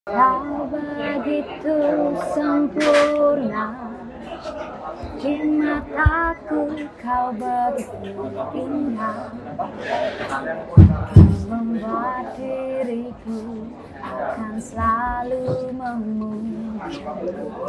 Kau begitu sempurna, di mataku kau begitu indah, membuat diriku akan selalu memuji.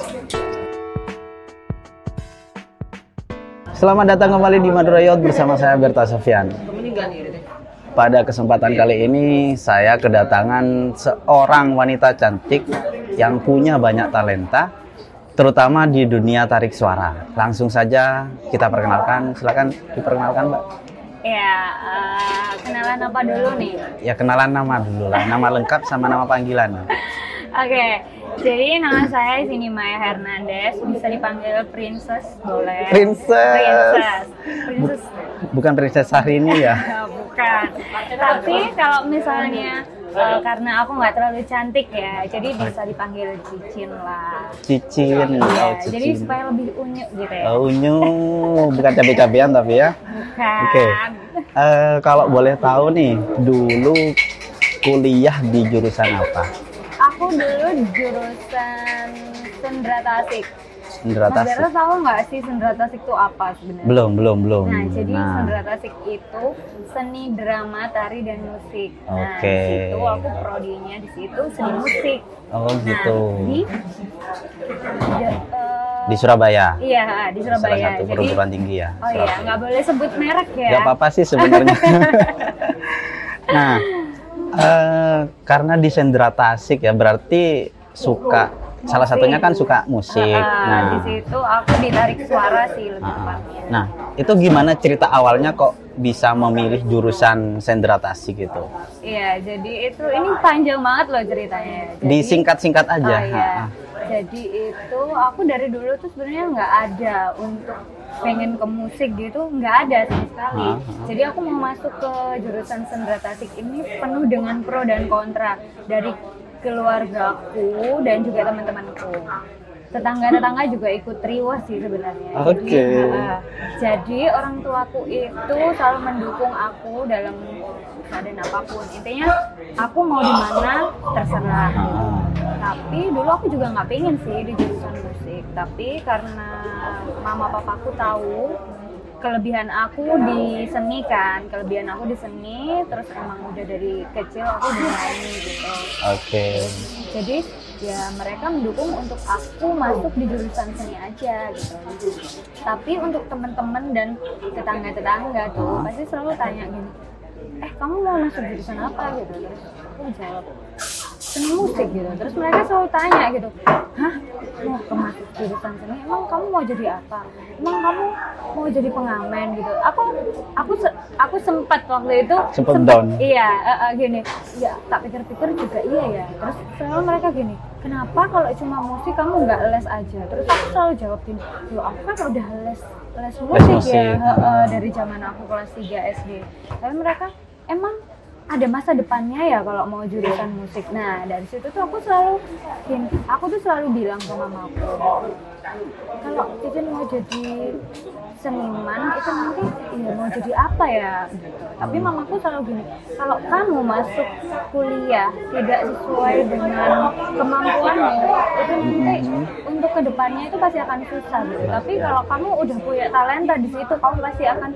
Selamat datang kembali di Madura Yacht bersama saya Berta Sofian. Pada kesempatan kali ini saya kedatangan seorang wanita cantik yang punya banyak talenta, terutama di dunia tarik suara. Langsung saja kita perkenalkan, silakan diperkenalkan, Mbak. Ya, kenalan apa dulu nih? Ya, kenalan nama dulu lah, nama lengkap sama nama panggilan. Oke, jadi nama saya Zini Maya Hernandez, bisa dipanggil Princess, boleh? Princess. Princess. Bukan Princess Syahrini ya? Bukan. Tapi kalau misalnya karena aku nggak terlalu cantik ya, jadi bisa dipanggil Cicin lah. Cicin. Iya, Oh, jadi Cicin. supaya lebih unyu gitu ya. Unyu, bukan cabai-cabean tapi ya. Bukan. Oke. Kalau boleh tahu nih, dulu kuliah di jurusan apa? Aku dulu jurusan Sendra Tasik. Sendra Mas Dara Tasik. tahu nggak sih Sendra Tasik itu apa sebenarnya? Belum. Nah, jadi Sendra Tasik itu seni drama, tari, dan musik. Nah, Oke. di situ aku prodinya di situ seni musik. Oh gitu. Nah, Di Surabaya. iya, di Surabaya. Salah satu Jadi, perguruan tinggi ya. oh iya, nggak boleh sebut merek ya. Gak apa-apa sih sebenarnya. Nah, karena di Sendra Tasik ya berarti suka. Salah satunya kan suka musik. Di situ aku ditarik suara sih lebih tepatnya. Nah, itu gimana cerita awalnya kok bisa memilih jurusan Sendra Tasik itu? Iya, jadi ini panjang banget loh ceritanya. Jadi, Disingkat-singkat aja. Oh, iya. Jadi itu aku dari dulu tuh sebenarnya nggak ada untuk pengen ke musik gitu, nggak ada sama sekali. Jadi aku mau masuk ke jurusan Sendra Tasik ini penuh dengan pro dan kontra dari keluargaku dan juga teman-temanku. Tetangga-tetangga juga ikut riwah sih sebenarnya. Oke. Jadi orang tuaku itu selalu mendukung aku dalam keadaan apapun. Intinya aku mau di mana terserah. Tapi dulu aku juga nggak pengen sih di jurusan musik. Tapi karena mama papaku tahu kelebihan aku di seni kan, terus emang udah dari kecil aku udah nyanyi gitu. Oke. Jadi ya mereka mendukung untuk aku masuk di jurusan seni aja gitu. Tapi untuk teman-teman dan tetangga-tetangga tuh pasti selalu tanya gini, kamu mau masuk jurusan apa gitu? Terus aku jawab seni musik gitu. Terus mereka selalu tanya gitu, hah, mau ke masuk jurusan seni? Emang kamu mau jadi apa? Emang kamu mau jadi pengamen gitu? Aku sempat waktu itu Down. Iya, gini. Ya, tak pikir-pikir juga iya ya. Terus selalu mereka gini, kenapa kalau cuma musik kamu nggak les aja? Terus aku selalu jawab gini, loh aku kan udah les musik ya, dari zaman aku kelas 3 SD. Tapi mereka emang ada masa depannya ya kalau mau jurusan musik. Nah, dari situ tuh aku tuh selalu bilang ke mamaku, kalau Cicin mau jadi seniman itu nanti ya mau jadi apa ya gitu. Tapi mamaku selalu gini, kalau kamu masuk kuliah tidak sesuai dengan kemampuanmu itu nanti untuk kedepannya itu pasti akan susah gitu. Tapi kalau kamu udah punya talenta di situ, kamu pasti akan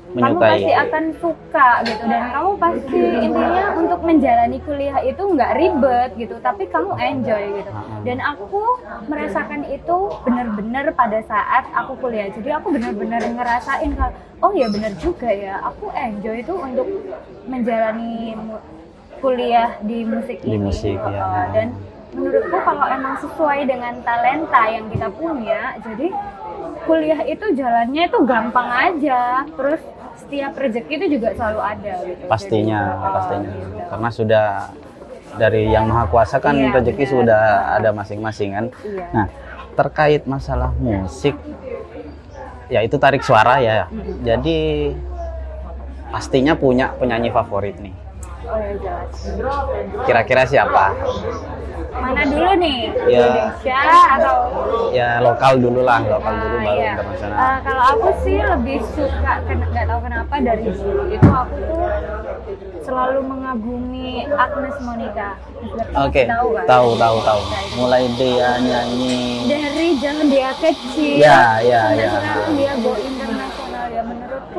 suka gitu, dan kamu pasti intinya untuk menjalani kuliah itu nggak ribet gitu, tapi kamu enjoy gitu. Dan aku merasakan itu benar-benar pada saat aku kuliah. Jadi aku benar-benar ngerasain kalau oh ya benar juga ya, aku enjoy itu untuk menjalani kuliah di musik ini. Ya. Dan menurutku kalau emang sesuai dengan talenta yang kita punya, jadi kuliah itu jalannya itu gampang aja. Terus setiap rezeki itu juga selalu ada gitu. Pastinya. Gitu. Karena sudah dari Yang Maha Kuasa kan rezeki sudah ada masing-masing kan. Iya. Nah, terkait masalah musik, ya itu tarik suara ya. Jadi pastinya punya penyanyi favorit nih. Oh ya jelas. Kira-kira siapa? Mana dulu nih? Ya. Indonesia atau? Ya lokal dulu baru Iya. internasional. Kalau aku sih lebih suka, nggak tahu kenapa dari dulu itu aku tuh selalu mengagumi Agnes Monica. Oke, Tahu kan? tahu. Nah, itu. Mulai dia nyanyi. Dari zaman dia kecil Ya. sampai sekarang dia go internasional ya, menurutku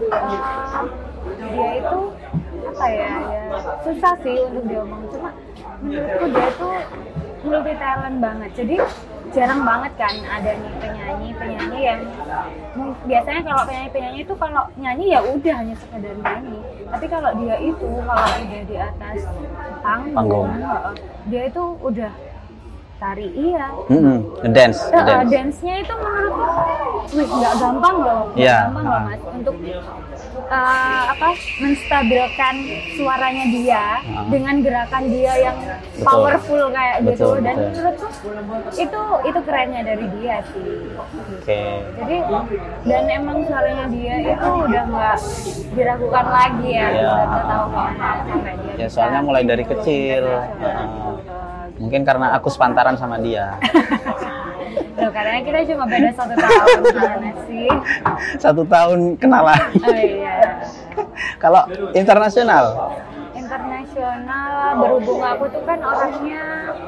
dia itu apa ya susah sih untuk diomong, cuma menurutku dia itu multi talent banget. Jadi jarang banget kan ada nih penyanyi yang biasanya kalau penyanyi itu kalau nyanyi ya udah hanya sekedar nyanyi, tapi kalau dia itu kalau udah di atas panggung. Dia itu udah tari dance-nya itu menurutku nggak gampang loh, Mas, untuk menstabilkan suaranya dia dengan gerakan dia yang powerful kayak gitu. Dan menurutku itu kerennya dari dia sih. Jadi dan emang suaranya dia itu udah nggak diragukan lagi ya. Udah tahu sampai dia. Ya soalnya mulai dari kecil. Mungkin karena aku sepantaran sama dia. Loh, karena kita cuma beda 1 tahun, gimana sih? 1 tahun kenalan. Oh iya. Kalau internasional berhubung aku tuh kan orangnya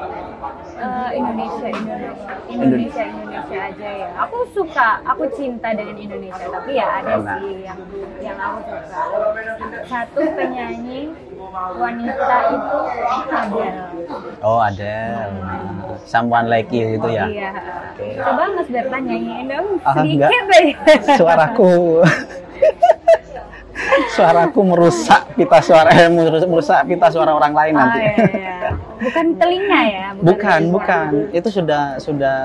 Indonesia aja ya. Aku cinta dengan Indonesia, tapi ya ada sih yang aku suka. Satu penyanyi wanita itu Adele. Oh, Adele. Someone Like You itu ya. Iya. Coba Mas Bertan nyanyiin dong sedikit aja. Suaraku merusak pita suara orang lain nanti. Iya. Bukan telinga ya? Bukan. Itu sudah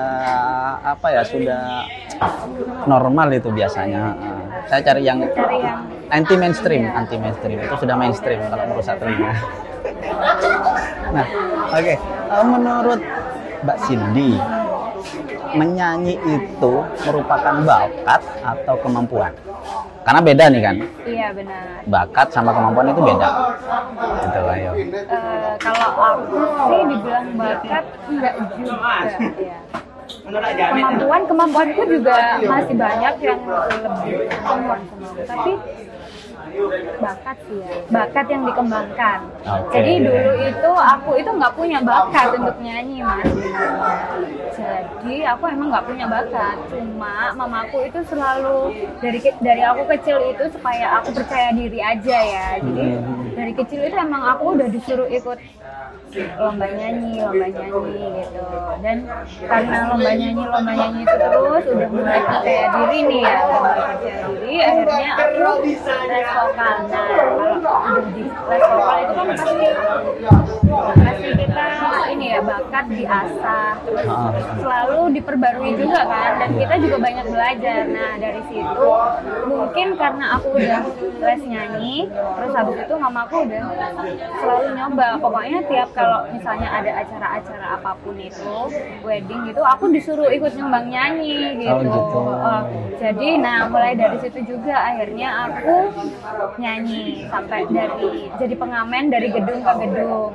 normal itu biasanya. Saya cari yang anti mainstream. Itu sudah mainstream kalau merusak telinga. Nah, oke. Menurut Mbak Cindy, menyanyi itu merupakan bakat atau kemampuan? Karena beda nih kan? Iya benar. Bakat sama kemampuan itu beda. Gitu lah ya. Kalau aku sih dibilang bakat enggak juga ya. Kemampuanku juga masih banyak yang lebih kemampuan, tapi bakat sih ya, bakat yang dikembangkan. Jadi dulu itu aku itu nggak punya bakat untuk nyanyi, Mas. Jadi aku emang nggak punya bakat, cuma mamaku itu selalu dari aku kecil itu supaya aku percaya diri aja ya. Jadi dari kecil itu emang aku udah disuruh ikut lomba nyanyi gitu. Dan karena lomba nyanyi itu terus udah mulai percaya diri nih ya, akhirnya aku les vokal. Nah, kalau udah di les vokal itu kan pasti kita ini ya bakat diasah, terus selalu diperbarui juga kan, dan kita juga banyak belajar. Nah dari situ mungkin karena aku udah les nyanyi, terus habis itu mamaku udah selalu nyoba, pokoknya tiap kalau misalnya ada acara-acara apapun itu, wedding gitu, aku disuruh ikut nyumbang nyanyi gitu. Jadi nah mulai dari situ juga akhirnya aku nyanyi sampai jadi pengamen dari gedung ke gedung.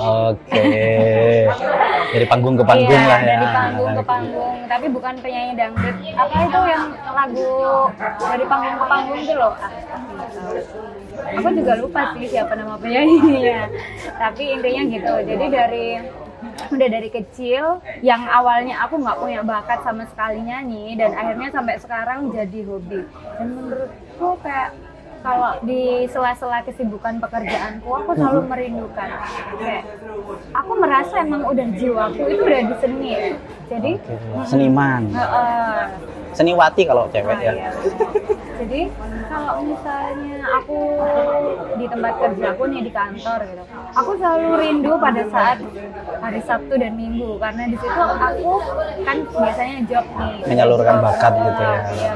Dari panggung ke panggung lah ya. Dari panggung ke panggung, tapi bukan penyanyi dangdut. Apa itu yang lagu dari panggung ke panggung itu loh? Aku juga lupa sih siapa nama penyanyinya. Tapi intinya gitu. Jadi udah dari kecil, yang awalnya aku nggak punya bakat sama sekali nyanyi, dan akhirnya sampai sekarang jadi hobi. Dan menurutku kayak kalau di sela-sela kesibukan pekerjaanku, aku selalu merindukan. Kayak aku merasa emang udah jiwaku itu udah di seni ya. Jadi seniman. Seniwati kalau cewek ya. Iya. Jadi kalau misalnya aku di tempat kerjaku nih di kantor gitu, aku selalu rindu pada saat hari Sabtu dan Minggu, karena di situ aku kan biasanya job nih. Menyalurkan bakat gitu ya. Iya,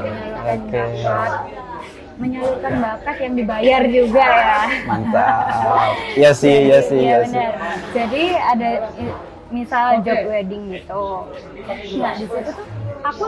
menyalurkan bakat yang dibayar juga ya. Mantap. Iya sih. Benar. Jadi ada misal job wedding gitu. Nah di situ tuh aku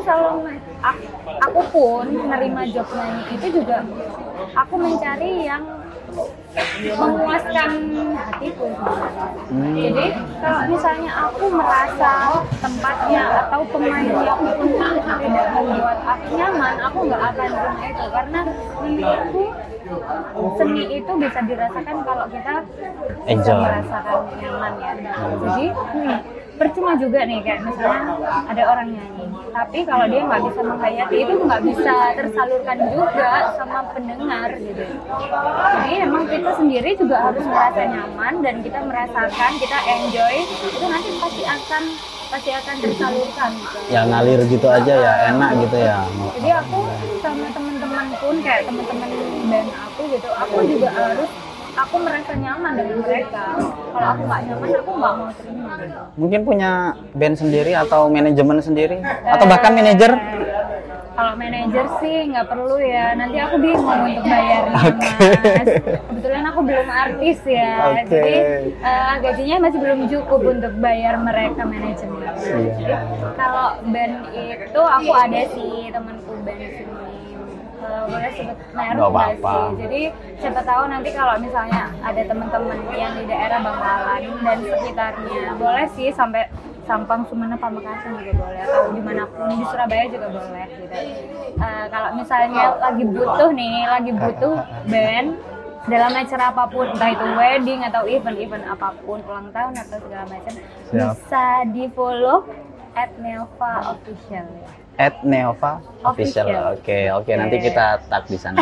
pun menerima job nyanyi itu juga aku mencari yang memuaskan hatiku sebenarnya. Jadi kalau misalnya aku merasa tempatnya atau pemainnya pun tidak membuat aku nyaman, aku nggak akan terima itu, karena menurutku seni itu bisa dirasakan kalau kita bisa Enjoy. merasakan nyaman ya. Jadi percuma juga nih kayak misalnya ada orang nyanyi, tapi kalau dia nggak bisa menghayati itu nggak bisa tersalurkan juga sama pendengar gitu. Jadi emang kita sendiri juga harus merasa nyaman dan kita merasakan, kita enjoy, itu nanti pasti akan tersalurkan gitu. Ya ngalir gitu aja ya, enak gitu ya. Jadi aku sama teman-teman pun kayak teman-teman band aku gitu, aku juga harus aku merasa nyaman dengan mereka. Kalau aku nggak nyaman, aku nggak mau terima gitu. Mungkin punya band sendiri atau manajemen sendiri atau bahkan manajer? Kalau manajer sih nggak perlu ya, nanti aku bingung untuk bayarnya Oke. Mas. Kebetulan aku belum artis ya, Oke. jadi gajinya masih belum cukup untuk bayar mereka manajemen. Iya. Jadi kalau band itu aku ada sih temanku band sini. Boleh sebut merek Nggak nggak apa-apa. sih? Jadi siapa tahu nanti kalau misalnya ada teman-teman yang di daerah Bangkalan dan sekitarnya, boleh sih sampai Sampang, Sumeneb, Pamekasan juga boleh, atau dimanapun di Surabaya juga boleh gitu. Kalau misalnya lagi butuh band dalam acara apapun, entah itu wedding atau event apapun, ulang tahun atau segala macam, Siap. bisa di follow @neova_official. @neova official. Oke, nanti kita tag di sana.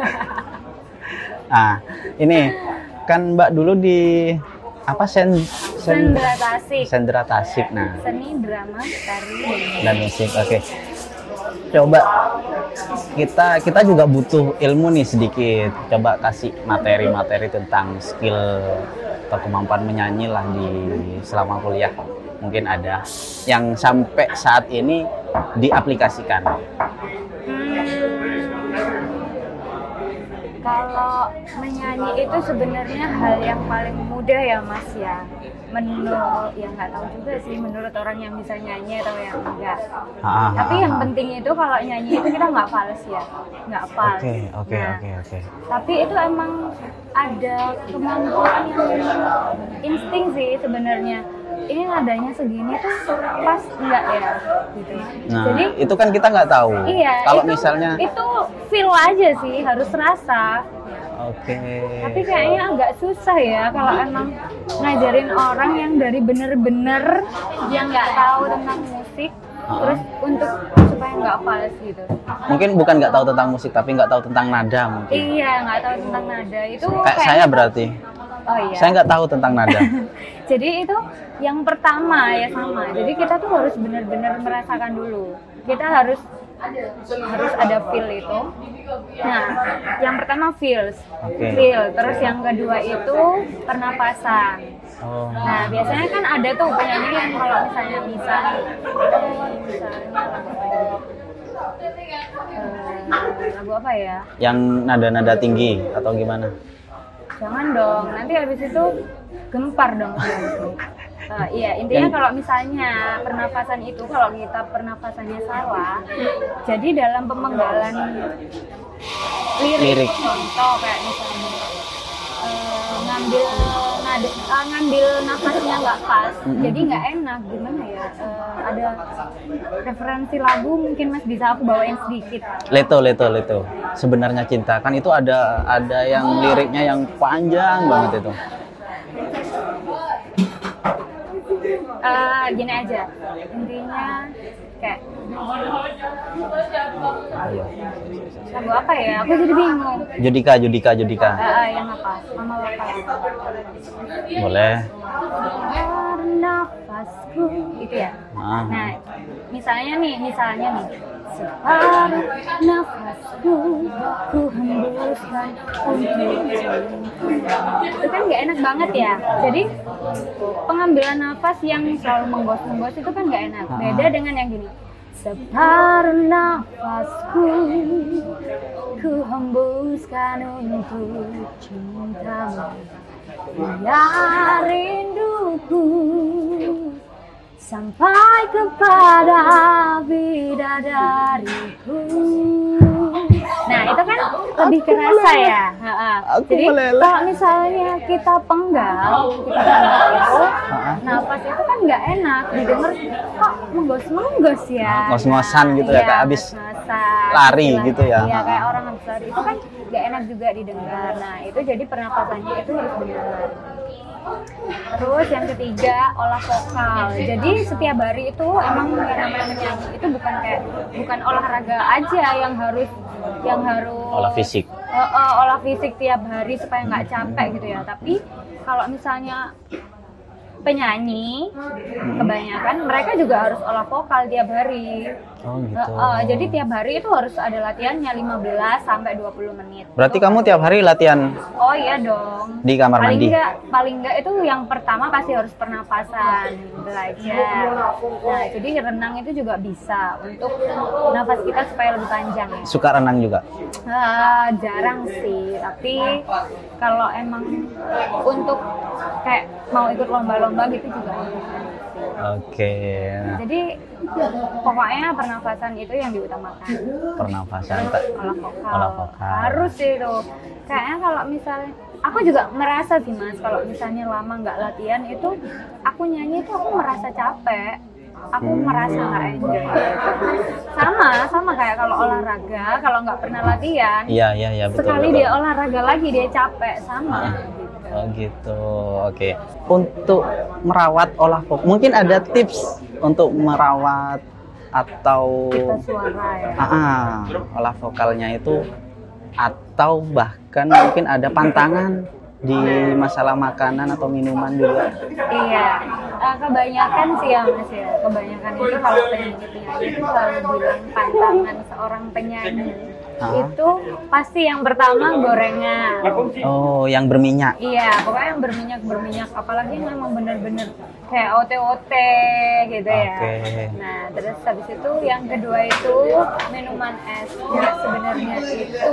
Nah, ini kan Mbak dulu di apa Sendra Tasik, Sendra Tasik. Nah, seni, drama, tari, dan musik. Oke. Coba kita juga butuh ilmu nih sedikit. Coba kasih materi-materi tentang skill atau kemampuan menyanyi lah di selama kuliah. Mungkin ada yang sampai saat ini diaplikasikan. Kalau menyanyi itu sebenarnya hal yang paling mudah ya Mas ya. Menurut ya nggak tahu juga sih menurut orang yang bisa nyanyi atau yang enggak. Tapi yang penting itu kalau nyanyi itu kita nggak fals ya, nggak fals. Oke. Tapi itu emang ada kemampuan yang insting sih sebenarnya. Ini nadanya segini tuh pas enggak ya gitu. Nah, Jadi itu kan kita nggak tahu. iya, Kalau itu, misalnya itu feel aja sih, harus rasa. Oke. Tapi kayaknya agak susah ya kalau emang ngajarin orang yang dari bener-bener yang nggak tahu tentang musik, terus untuk supaya nggak fals gitu. Mungkin bukan nggak tahu tentang musik, tapi nggak tahu tentang nada mungkin. Iya, nggak tahu tentang nada itu. Kayak saya berarti. Oh iya. Saya nggak tahu tentang nada. Jadi itu yang pertama ya sama. Jadi kita tuh harus benar-benar merasakan dulu. Kita harus ada feel itu. Nah, yang pertama feels. Oke. Feel. Terus yang kedua itu pernapasan. Oh. Nah, biasanya kan ada tuh penyanyi yang kalau misalnya lagu apa ya? Yang nada-nada tinggi atau gimana? Jangan dong, nanti habis itu gempar dong. Iya, intinya kalau misalnya pernapasan itu, kalau kita pernapasannya salah, jadi dalam pemenggalan lirik. Contoh kayak misalnya ngambil nafasnya nggak pas, jadi nggak enak. Gimana ya? Ada referensi lagu mungkin Mas bisa aku bawain sedikit. Leto. Sebenarnya cinta kan itu ada yang liriknya yang panjang banget itu. Gini aja, intinya kayak lagu apa ya? Aku jadi bingung. Judika. Yang apa? Mama Bapak. Boleh. Bernafasku itu ya. Nah, misalnya nih, separuh nafasku ku hembuskan untukmu. Itu kan nggak enak banget ya. Jadi pengambilan nafas yang selalu menggos itu kan nggak enak. Beda dengan yang gini. Separuh nafasku ku hembuskan untuk cintamu. Ya rinduku sampai kepada bidadariku. Nah itu kan lebih kerasa ya. Jadi kalau misalnya kita penggal itu nafas itu kan nggak enak didengar, kok menggos-menggos ya. Ngos-ngosan gitu ya, kayak habis lari gitu ya. Iya, kayak orang habis lari itu kan nggak enak juga didengar. Nah itu jadi pernapasannya itu harus benar. Terus yang ketiga, olah vokal. Jadi setiap hari itu emang yang namanya menyanyi itu bukan olahraga aja yang harus olah fisik. Olah fisik tiap hari supaya nggak capek gitu ya. Tapi kalau misalnya penyanyi kebanyakan mereka juga harus olah vokal tiap hari. Oh gitu. Jadi tiap hari itu harus ada latihannya 15 sampai 20 menit. Berarti kamu tiap hari latihan? Oh iya dong. Di kamar mandi? Paling enggak itu yang pertama pasti harus pernapasan, belajar. Nah, jadi renang itu juga bisa untuk nafas kita supaya lebih panjang ya. Suka renang juga? Jarang sih, tapi kalau emang untuk kayak mau ikut lomba-lomba gitu juga. Oke. Jadi pokoknya pernafasan itu yang diutamakan. Pernafasan, olah vokal. Harus itu. Kayaknya kalau misalnya aku juga merasa sih Mas, kalau misalnya lama nggak latihan itu aku nyanyi itu aku merasa capek. Aku merasa nggak enjoy. Sama kayak kalau olahraga, kalau nggak pernah latihan. Iya betul. Sekali dia olahraga lagi dia capek sama. Oh gitu, oke. Untuk merawat olah vokal, mungkin ada tips untuk merawat atau kita suara ya. Olah vokalnya itu, atau bahkan mungkin ada pantangan di masalah makanan atau minuman juga. Iya, kebanyakan sih ya Mas ya. Kebanyakan itu kalau penyanyi itu selalu bilang pantangan seorang penyanyi. Itu pasti yang pertama gorengan. Oh, yang berminyak. Iya, pokoknya yang berminyak, apalagi yang memang benar-benar kayak OT gitu ya. Nah, terus habis itu yang kedua itu minuman es. Nah, sebenarnya itu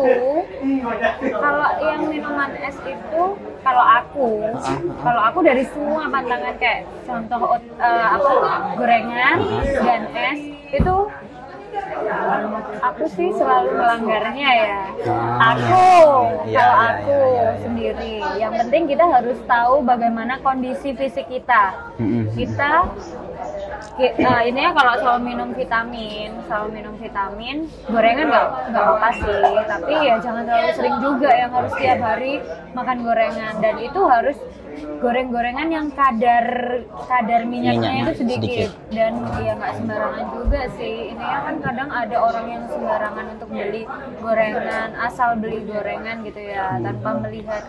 kalau yang minuman es itu kalau aku dari semua pantangan kayak contoh gorengan dan es itu aku sih selalu melanggarnya ya. Aku sendiri. Yang penting kita harus tahu bagaimana kondisi fisik kita. Ini ya kalau selalu minum vitamin, gorengan nggak apa-apa sih. Tapi ya jangan terlalu sering juga yang harus tiap hari makan gorengan, dan itu harus goreng-gorengan yang kadar minyaknya itu sedikit. Dan ya nggak sembarangan juga sih. Ini ya kan kadang ada orang yang sembarangan untuk beli gorengan, asal beli gorengan gitu ya tanpa melihat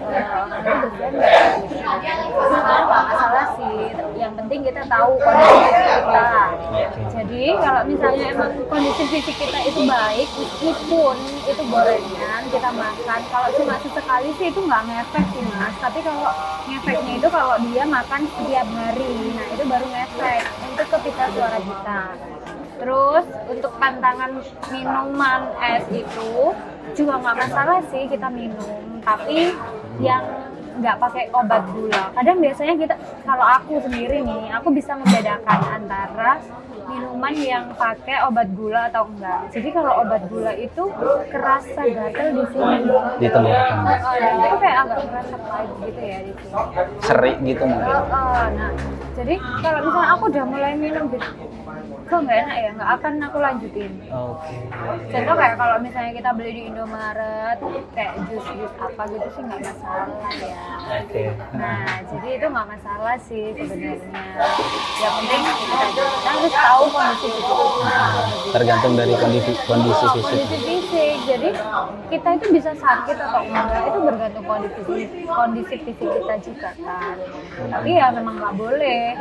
nggak masalah sih. Yang penting kita tahu kondisi fisik kita. Jadi kalau misalnya emang kondisi fisik kita itu baik, meskipun itu gorengan kita makan, kalau cuma sesekali sih itu nggak ngefek sih Mas. Tapi kalau ngefeknya itu kalau dia makan setiap hari, nah itu baru ngefek untuk ke pita suara kita. Terus untuk pantangan minuman es itu juga nggak masalah sih kita minum, tapi yang nggak pakai obat gula. Kadang biasanya kita, kalau aku sendiri nih, aku bisa membedakan antara minuman yang pakai obat gula atau enggak. Jadi kalau obat gula itu kerasa gatel di sini. Di tenggorokan. Itu kayak agak kerasa pahit gitu ya di sini. Serik gitu mungkin. Nah, jadi kalau misalnya aku udah mulai minum gitu, kok nggak enak ya, nggak akan aku lanjutin. Contoh kayak kalau misalnya kita beli di Indomaret kayak jus apa gitu sih nggak masalah ya. Nah, jadi itu nggak masalah sih sebenarnya. Yang penting kita harus tahu kondisi fisik kita. Tergantung dari kondisi fisik. Kondisi fisik. Jadi kita itu bisa sakit atau enggak itu bergantung kondisi fisik kita juga kan. Tapi ya memang nggak boleh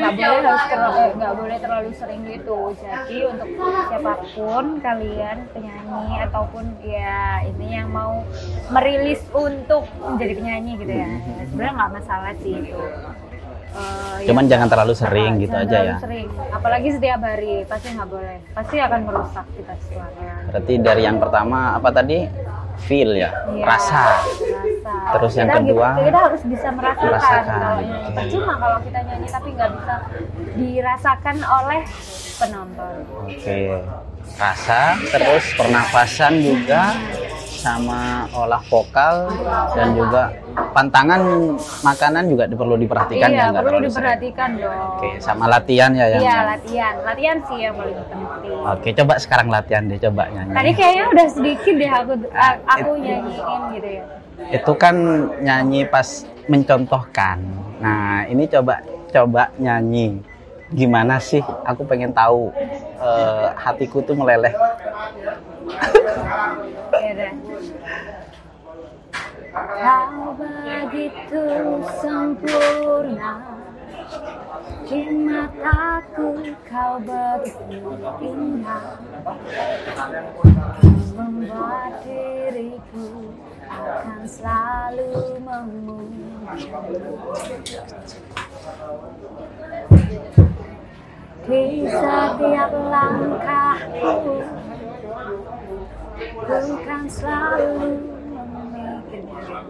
terlalu sering gitu. Jadi untuk siapapun kalian penyanyi ataupun ya ini yang mau merilis untuk menjadi penyanyi gitu ya, sebenarnya nggak masalah sih itu. Cuman jangan terlalu sering gitu aja ya. Sering, apalagi setiap hari pasti nggak boleh, pasti akan merusak kita suara. Berarti dari yang pertama apa tadi? Feel ya, rasa. Terus yang kedua kita harus bisa merasakan. Percuma kalau kita nyanyi tapi nggak bisa dirasakan oleh penonton. Rasa, terus pernafasan juga, sama olah vokal dan juga pantangan makanan juga perlu diperhatikan Iya, ya nggak perlu terlalu sering. diperhatikan dong. Oke, sama latihan ya yang. Iya, latihan sih yang paling penting. Oke, coba sekarang latihan deh, coba nyanyi. Tadi kayaknya udah sedikit deh aku nyanyiin gitu ya. Itu kan nyanyi pas mencontohkan. Nah, ini coba nyanyi. Gimana sih? Aku pengen tahu. Hatiku tuh meleleh. Ya udah. Kau begitu sempurna, di mataku kau begitu indah, membuat diriku akan selalu memuji. Di setiap langkahku, ku kan selalu memikirkan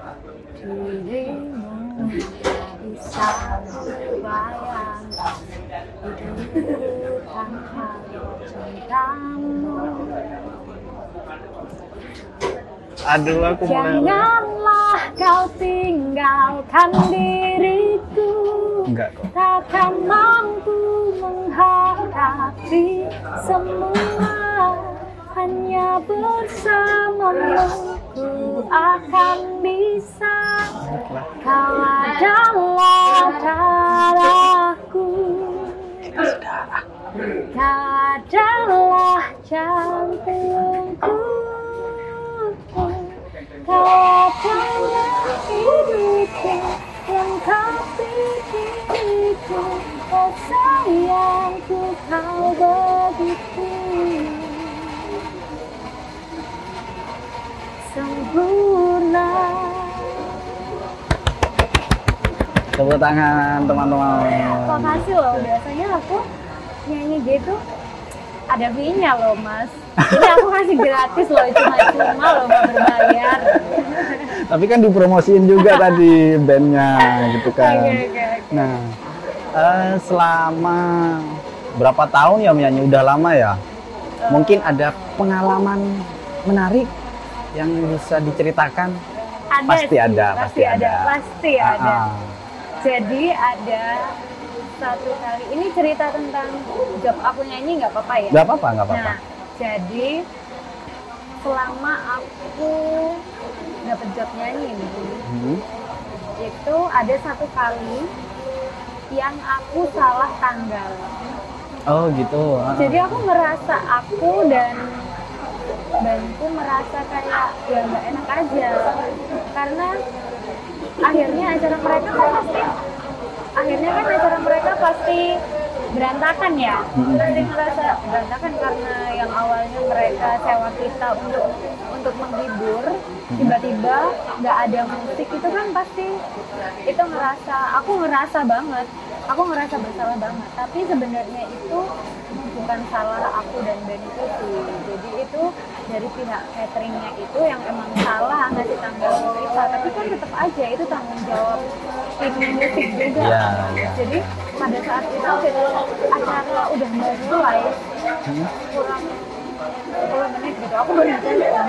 dirimu, bisa bayangkan hidup tanpa cintamu. Aduh, aku Janganlah kau tinggalkan diriku. Enggak kok. Takkan mampu menghadapi semua, hanya bersamamu ku akan bisa. Kau adalah darahku, kau adalah jantungku, kau adalah hidupku, lengkapi diriku. Oh sayangku, kau begitu sempurna. Tepuk tangan teman-teman. Makasih loh, biasanya aku nyanyi gitu ada fee-nya loh mas. Ini aku kasih gratis loh, cuma loh, nggak berbayar. Tapi kan dipromosiin juga tadi bandnya gitu kan. Oke. Nah, selama berapa tahun ya menyanyi? Udah lama ya? Mungkin ada pengalaman menarik yang bisa diceritakan? Ada Pasti sih, ada. Pasti ada. Jadi ada satu kali, ini cerita tentang job aku nyanyi nggak apa-apa ya? Nggak apa-apa. Nah, jadi selama aku dapet job nyanyi nih, itu ada satu kali yang aku salah tanggal. Oh gitu. Jadi aku ngerasa aku dan bandku merasa kayak ya nggak enak aja, karena akhirnya acara mereka pasti berantakan ya. Pasti ngerasa berantakan karena yang awalnya mereka sewa kita untuk menghibur, tiba-tiba nggak ada musik, itu kan pasti itu aku ngerasa bersalah banget. Tapi sebenarnya itu bukan salah aku dan band itu sih. Jadi itu dari pihak cateringnya itu yang emang salah ngasih tanggal kita. Tapi kan tetap aja itu tanggung jawab tim musik juga. Iya. Jadi pada saat itu acara udah mau mulai, kurang 10 menit gitu, aku baru telepon.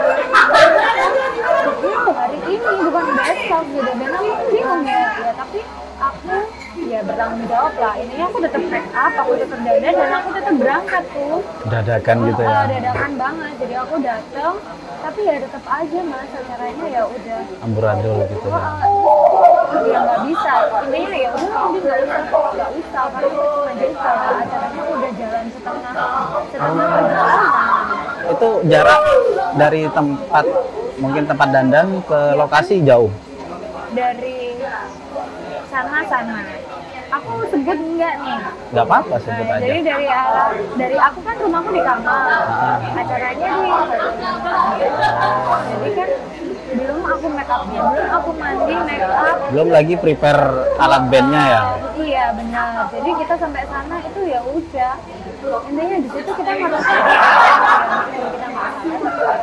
Hari ini bukan besok gitu, dan aku bingung ya. Tapi aku ya bertanggung jawab lah. Intinya aku tetap make up, aku tetap dandan, dan aku tetap berangkat tuh. Dadakan gitu ya? Dadakan banget. Jadi aku datang, tapi ya tetap aja mas, acaranya ya udah amburadul gitu ya? Ya nggak bisa. Intinya ya udah nggak usah karena acaranya udah jalan setengah perjalanan. Itu jarak dari mungkin tempat dandan ke lokasi jauh? Dari sana. Aku sebut enggak nih? Nggak apa-apa, sebut aja. Jadi dari aku kan rumahku di kamar, acaranya di. Jadi kan belum aku make upnya, belum aku mandi make up. Belum lagi prepare alat bandnya ya? Iya benar. Jadi kita sampai sana itu ya udah. Intinya di situ kita merasa kita nggak salah.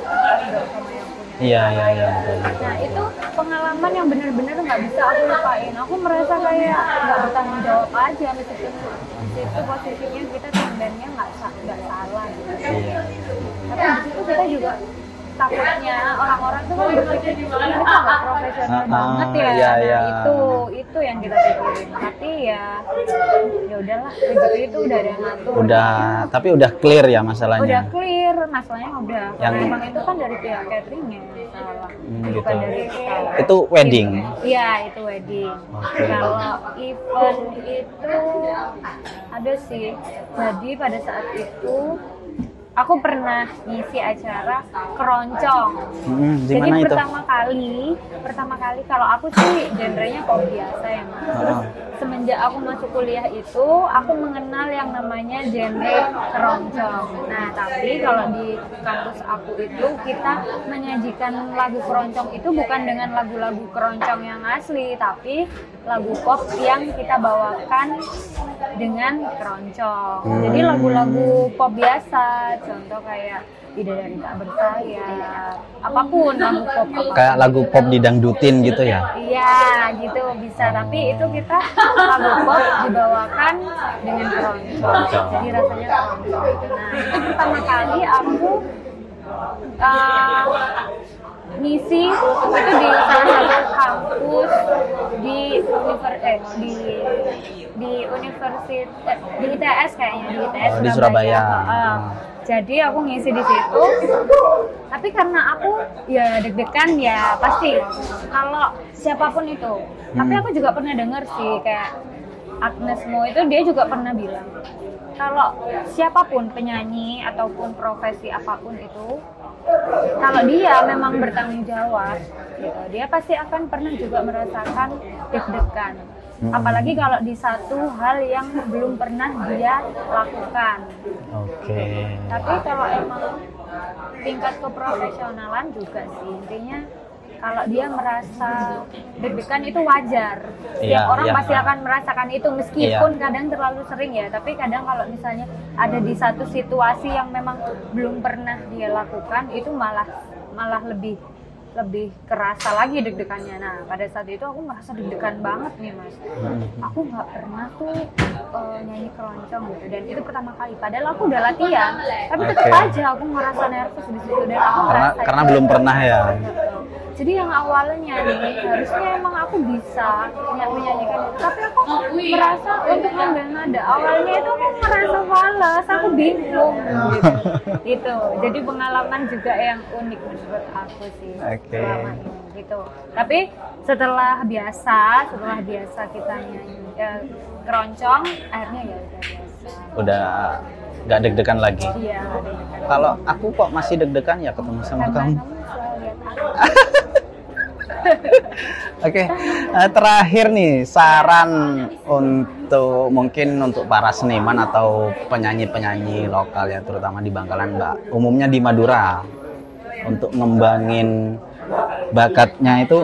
Iya betul. Nah itu pengalaman yang benar-benar nggak bisa aku lupain. Aku merasa kayak nggak bertanggung jawab aja meskipun di situ posisinya kita tim bandnya nggak salah gitu. Iya. Tapi di situ kita juga takutnya orang-orang tuh kan berpikir ini kok nggak profesional banget ya. Iya. Itu yang kita pikirin. Tapi ya udahlah, rezeki itu udah ada yang ngatur. Tapi udah clear ya masalahnya. Udah clear, masalahnya udah. Yang emang itu kan dari pihak cateringnya salah, bukan gitu. dari kita. Itu wedding. Iya, itu wedding. Kalau event itu ada sih. Jadi pada saat itu aku pernah ngisi acara keroncong. Jadi itu? pertama kali kalau aku sih genrenya pop biasa ya Mas. Semenjak aku masuk kuliah itu, aku mengenal yang namanya genre keroncong. Nah, tapi kalau di kampus aku itu kita menyajikan lagu keroncong itu bukan dengan lagu-lagu keroncong yang asli, tapi lagu pop yang kita bawakan dengan keroncong. Jadi lagu-lagu pop biasa, contoh kayak Bidadari Tak Bersayap, apapun lagu pop. Kayak lagu pop didangdutin gitu ya? Iya, gitu bisa. Tapi itu kita lagu pop dibawakan dengan keroncong. Jadi rasanya keroncong. Nah, itu pertama kali aku ngisi itu di salah satu kampus di universitas di ITS kayaknya, di ITS di Surabaya. Jadi aku ngisi di situ, tapi karena aku ya deg-degan ya pasti kalau siapapun itu. Tapi aku juga pernah dengar sih kayak Agnes Mo itu dia juga pernah bilang kalau siapapun penyanyi ataupun profesi apapun itu, kalau dia memang bertanggung jawab, gitu, dia pasti akan pernah juga merasakan deg-degan. Apalagi kalau di satu hal yang belum pernah dia lakukan. Oke. Tapi kalau emang tingkat keprofesionalan juga sih, intinya kalau dia merasa deg-degan itu wajar. Setiap orang pasti akan merasakan itu meskipun kadang terlalu sering ya. Tapi kadang kalau misalnya ada di satu situasi yang memang belum pernah dia lakukan, itu malah lebih kerasa lagi deg-degannya. Nah, pada saat itu aku merasa deg-degan banget nih Mas. Aku nggak pernah tuh nyanyi keroncong gitu, dan itu pertama kali. Padahal aku udah latihan, tapi tetap aja aku ngerasa nervous di situ, dan aku karena belum pernah ya. Jadi yang awalnya nih harusnya emang aku bisa menyanyikan itu, tapi aku merasa untuk ngambil nada awalnya itu aku merasa malas, aku bingung gitu. Itu jadi pengalaman juga yang unik menurut aku sih selama ini gitu. Tapi setelah biasa kita nyanyi keroncong, akhirnya ya udah biasa. Udah nggak deg-degan lagi. Iya. Kalau aku kok masih deg-degan ya ketemu sama kamu. Oke, terakhir nih saran untuk para seniman atau penyanyi-penyanyi lokal ya, terutama di Bangkalan, umumnya di Madura, untuk ngembangin bakatnya itu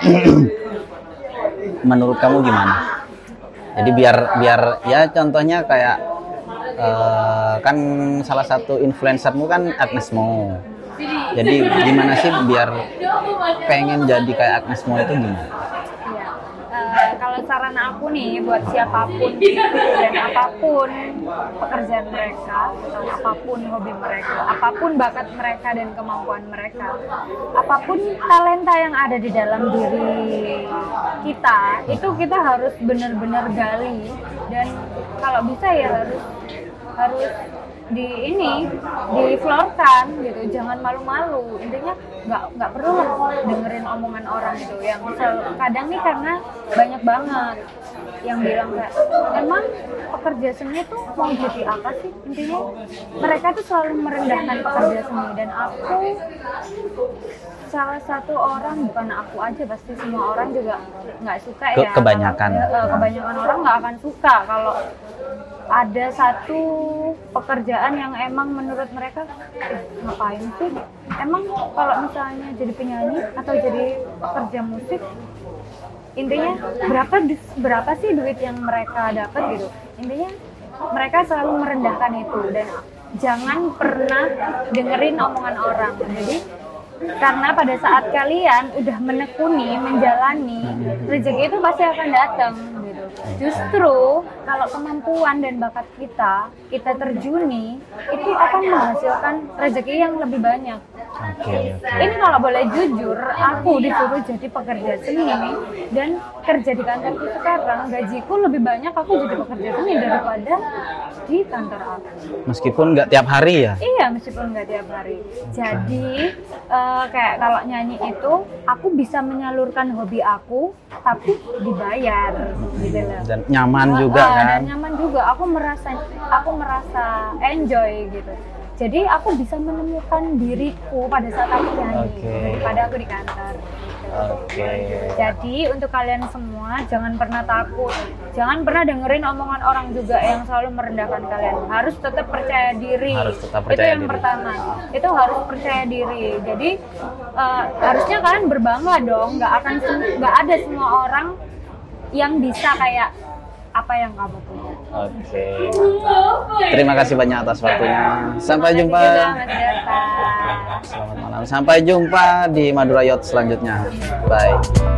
menurut kamu gimana? Jadi biar ya contohnya kayak kan salah satu influencermu kan Agnes Mo. Jadi gimana sih biar pengen jadi kayak Agnes Mo itu gimana? Kalau saran aku nih buat siapapun dan apapun pekerjaan mereka, atau apapun hobi mereka, apapun bakat mereka dan kemampuan mereka, apapun talenta yang ada di dalam diri kita, itu kita harus benar-benar gali, dan kalau bisa ya harus diflorkan gitu, jangan malu-malu. Intinya nggak perlu lah dengerin omongan orang gitu, yang kadang nih karena banyak banget yang bilang kayak emang pekerja seni tuh mau jadi apa sih, intinya mereka tuh selalu merendahkan pekerja seni, dan aku salah satu orang, bukan aku aja, pasti semua orang juga nggak suka ya. Kebanyakan orang nggak akan suka kalau ada satu pekerjaan yang emang menurut mereka ngapain sih, emang kalau misalnya jadi penyanyi atau jadi pekerja musik, intinya berapa sih duit yang mereka dapat gitu. Intinya mereka selalu merendahkan itu, dan jangan pernah dengerin omongan orang. Jadi karena pada saat kalian udah menekuni, menjalani, rezeki itu pasti akan datang gitu. Justru kalau kemampuan dan bakat kita terjuni, itu akan menghasilkan rezeki yang lebih banyak. Oke. Ini kalau boleh jujur, aku disuruh jadi pekerja seni dan kerja di kantorku sekarang gajiku lebih banyak aku jadi pekerja seni daripada di kantor aku. Meskipun nggak tiap hari ya? Iya, meskipun nggak tiap hari. Jadi kayak kalau nyanyi itu aku bisa menyalurkan hobi aku tapi dibayar gitu loh. Dan nyaman juga kan? Dan nyaman juga. Aku merasa enjoy gitu. Jadi aku bisa menemukan diriku pada saat aku nyanyi daripada aku di kantor. Jadi untuk kalian semua jangan pernah takut, jangan pernah dengerin omongan orang juga yang selalu merendahkan kalian. Harus tetap percaya diri. Itu yang pertama. Itu harus percaya diri. Jadi harusnya kalian berbangga dong. Nggak ada semua orang yang bisa kayak apa yang kamu punya. Terima kasih banyak atas waktunya. Sampai jumpa. Selamat Selamat malam. Sampai jumpa di Madura Yacht selanjutnya. Bye.